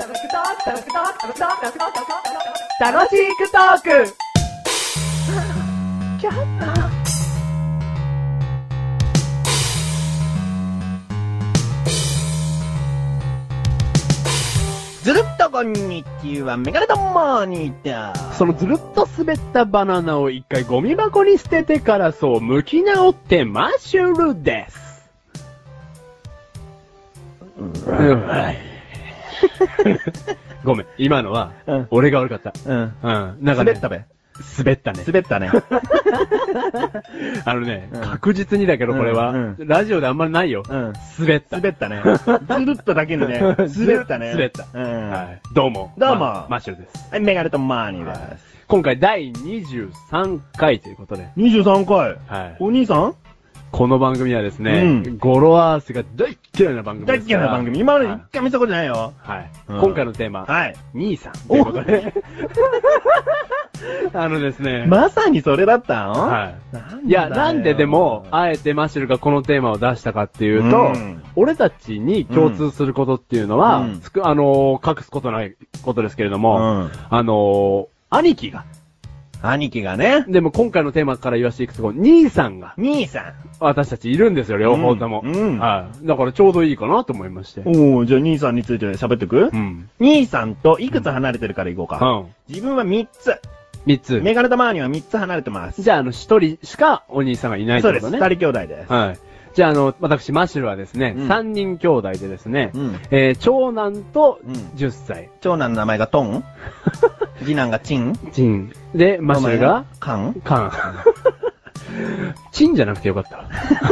楽しくトークずるっとこんにちは、メガネとモーニーだ。 そのずるっと滑ったバナナを一回ゴミ箱に捨ててからそう剥き直ってマッシュルです。ごめん、今のは、俺が悪かった。なんかね、 滑ったべ。 滑ったね。 滑ったね。 確実にだけどこれは、ラジオであんまりないよ。滑った。 滑ったね。ずるっとだけにね、滑ったね。 滑った。はい。どうも。 どうも。 マッシュルです。 はい、メガネとモーニーです。 今回第23回ということで。 23回。 はい。 お兄さんこの番組はですね、語呂合わせが大嫌いな番組です。 大嫌いな番組。今まで一回見たことないよ。 はい。今回のテーマ。 はい。 兄さん。ということで。ですね。 まさにそれだったの？ はい。いや、なんででも、あえてマッシュルがこのテーマを出したかっていうと、俺たちに共通することっていうのは、隠すことないことですけれども、兄貴がね。でも今回のテーマから言わせていくと、兄さん。私たちいるんですよ、両方とも。はい。だからちょうどいいかなと思いまして。 じゃあ兄さんについて喋ってく？兄さんといくつ離れてるからいこうか。自分は3つ。 3つ。 メガネとマーニーは3つ離れてます。 じゃあ1人しかお兄さんがいないってことね。 そうです。2人兄弟です。 はい。じゃあ私、マッシュルはですね、3人兄弟でですね、長男と10歳。 長男の名前がトン次男がチンで、マッシュルがカンチンじゃなくてよかった。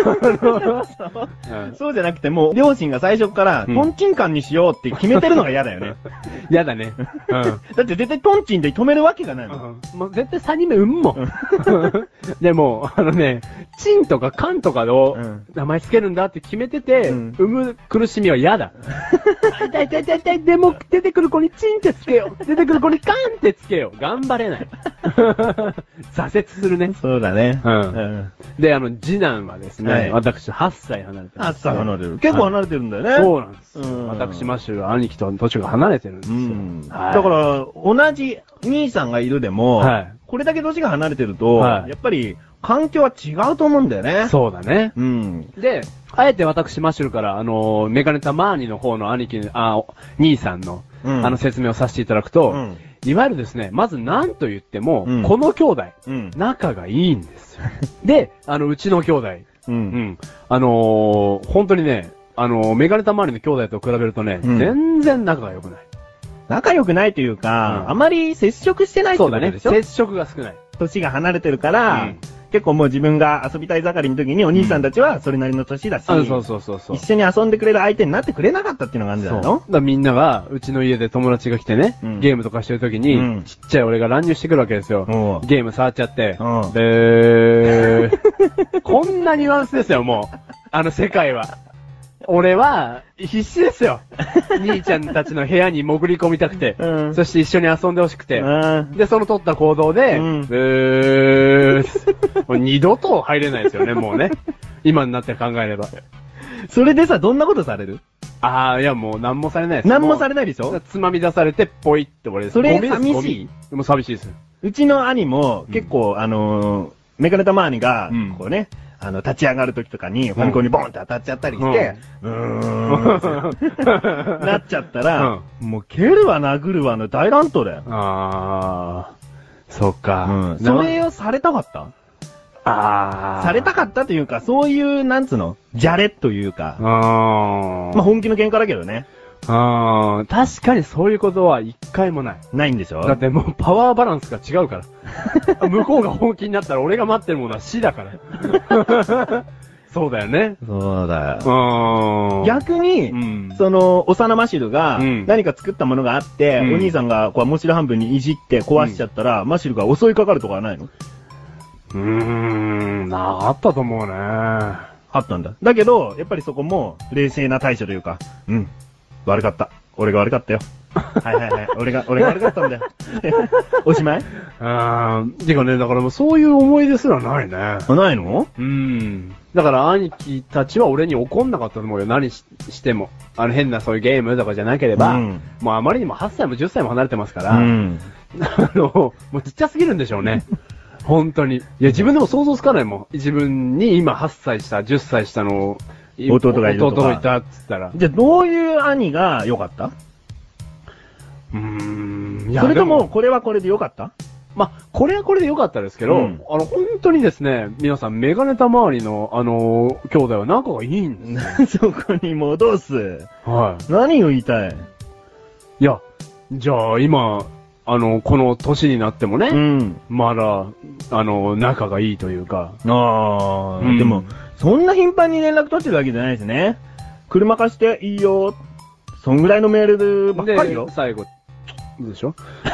そうじゃなくてもう、両親が最初から、トンチンカンにしようって決めてるのが嫌だよね。 嫌だね。 だって絶対トンチンで止めるわけがないもん。 もう絶対3人目産むもん。でも、チンとかカンとかを名前つけるんだって決めてて、産む苦しみは嫌だ。痛い、でも出てくる子にチンってつけよう。出てくる子にカンってつけよう。頑張れない。挫折するね。 そうだね。 で、次男はですね、私8歳離れてます。 8歳離れてる。結構離れてるんだよね。 そうなんです。私、マッシュは兄貴と年が離れてるんですよ。 だから、同じ兄さんがいるでも、これだけ年が離れてると、やっぱり、環境は違うと思うんだよね。 そうだね。で、あえて私、マッシュルから、メガネタマーニの方の兄さんの、説明をさせていただくと、いわゆるですね、まず何と言っても、この兄弟、仲がいいんですよ。で、うちの兄弟、本当にね、メガネタ周りの兄弟と比べるとね、全然仲が良くない。 仲良くないというか、あまり接触してないってことでしょ？ そうだね。接触が少ない。 年が離れてるから、結構もう自分が遊びたい盛りの時にお兄さんたちはそれなりの年だし、 そう。 一緒に遊んでくれる相手になってくれなかったっていうのがあるんじゃないの？ だみんなが、うちの家で友達が来てね、ゲームとかしてる時に、ちっちゃい俺が乱入してくるわけですよ。ゲーム触っちゃって、こんなニュアンスですよ、もう。世界は。俺は、必死ですよ。兄ちゃんたちの部屋に潜り込みたくて、そして一緒に遊んでほしくて、で、その取った行動で、もう二度と入れないですよね、もうね。今になって考えれば。 それでさ、どんなことされる？ いやもう何もされないです。 何もされないでしょ？ つまみ出されて、ポイって俺です。 それ寂しい？ でも寂しいです。 うちの兄も、結構、メガネタマーニが、こうね、立ち上がる時とかに、ファミコンにボンって当たっちゃったりして、なっちゃったら、もう蹴るわ殴るわの大乱闘だよ。 そっか。 それをされたかった？されたかったというか、そういう、なんつうの、じゃれというか。まあ、本気の喧嘩だけどね。 確かにそういうことは一回もない。 ないんでしょ？ だってもうパワーバランスが違うから。向こうが本気になったら俺が待ってるものは死だから。そうだよね。 そうだよ。逆に、幼マシルが何か作ったものがあって、お兄さんがこう、面白半分にいじって壊しちゃったら、マシルが襲いかかるとかはないの？ あったと思うね。 あったんだ。だけど、やっぱりそこも冷静な対処というか、悪かった。俺が悪かったよ。 はいはいはい。俺が悪かったんだよ。おしまい？ てかね、だからもうそういう思い出すらないね。 ないの？ だから兄貴たちは俺に怒んなかったと思うよ。何しても。変なそういうゲームとかじゃなければ、もうあまりにも8歳も10歳も離れてますから、もうちっちゃすぎるんでしょうね。本当に。いや、自分でも想像つかないもん。自分に今8歳下、10歳下の弟がいるとか。 弟がいたっつったら。 じゃあどういう兄が良かった？いやそれとも、これはこれで良かった？ まあ、これはこれで良かったですけど、本当にですね、皆さん、メガネた周りの、兄弟は仲がいいんです。 そこに戻す。 はい。 何を言いたい？ いや、じゃあ、今、この年になってもね、まだ、仲がいいというか。 でも、そんな頻繁に連絡取ってるわけじゃないですね。車貸していいよ。そんぐらいのメールばっかりよ。 最後、どうでしょ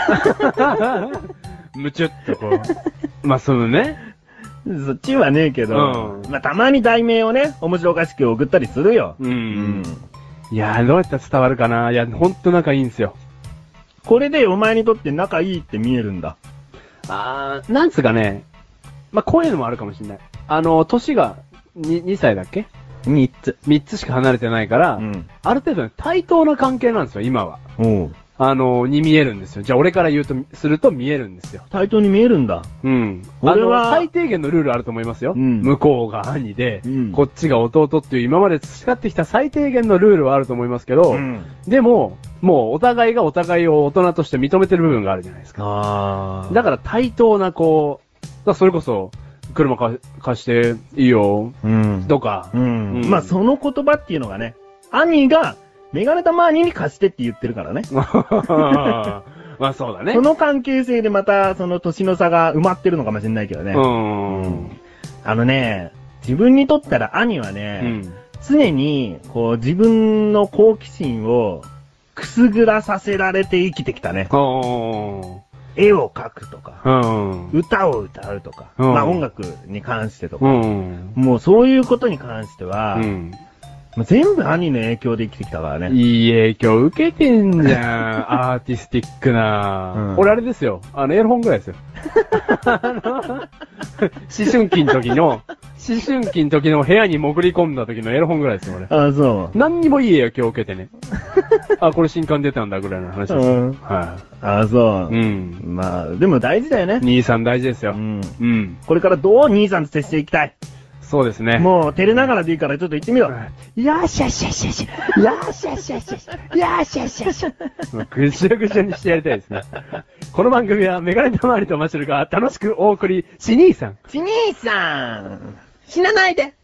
むちゅっとこう。まあ、そのね。 そっちはねえけど、まあ、たまに題名をね、面白おかしく送ったりするよ。 いやー、どうやったら伝わるかな。いや、ほんと仲いいんですよ。 これでお前にとって仲いいって見えるんだ。 なんつうかね、まあ、こういうのもあるかもしんない。年が2歳だっけ ?3 つしか離れてないから、ある程度ね、対等な関係なんですよ、今は。に見えるんですよ。じゃあ俺からすると見えるんですよ。 対等に見えるんだ。 俺は最低限のルールあると思いますよ。向こうが兄で、こっちが弟っていう今まで培ってきた最低限のルールはあると思いますけど、でも、もうお互いがお互いを大人として認めてる部分があるじゃないですか。だから対等なそれこそ、車貸していいよ、とか。 まあその言葉っていうのがね、兄が、メガネたまーにに貸してって言ってるからね。 まあそうだね。 その関係性でまたその年の差が埋まってるのかもしれないけどね。自分にとったら兄はね、常にこう自分の好奇心をくすぐらさせられて生きてきたね。絵を描くとか、歌を歌うとか、まあ音楽に関してとか、もうそういうことに関しては、全部兄の影響で生きてきたからね。 いい影響受けてんじゃん。アーティスティックな。俺あれですよ。エロ本ぐらいですよ。思春期の時の部屋に潜り込んだ時のエロ本ぐらいですよ、俺。 そう。 何にもいい影響を受けてね。これ新刊出たんだぐらいの話ですよ。 そう。まあ、でも大事だよね。 兄さん大事ですよ。 これからどう兄さんと接していきたい？ そうですね。 もう、照れながらでいいからちょっと言ってみろ。 よっしゃしゃしゃしゃ。よっしゃしゃしゃしゃ。よっしゃしゃしゃ。ぐしゃぐしゃにしてやりたいですね。この番組はメガネたまわりとマシュルが楽しくお送り、し兄さん。 死なないで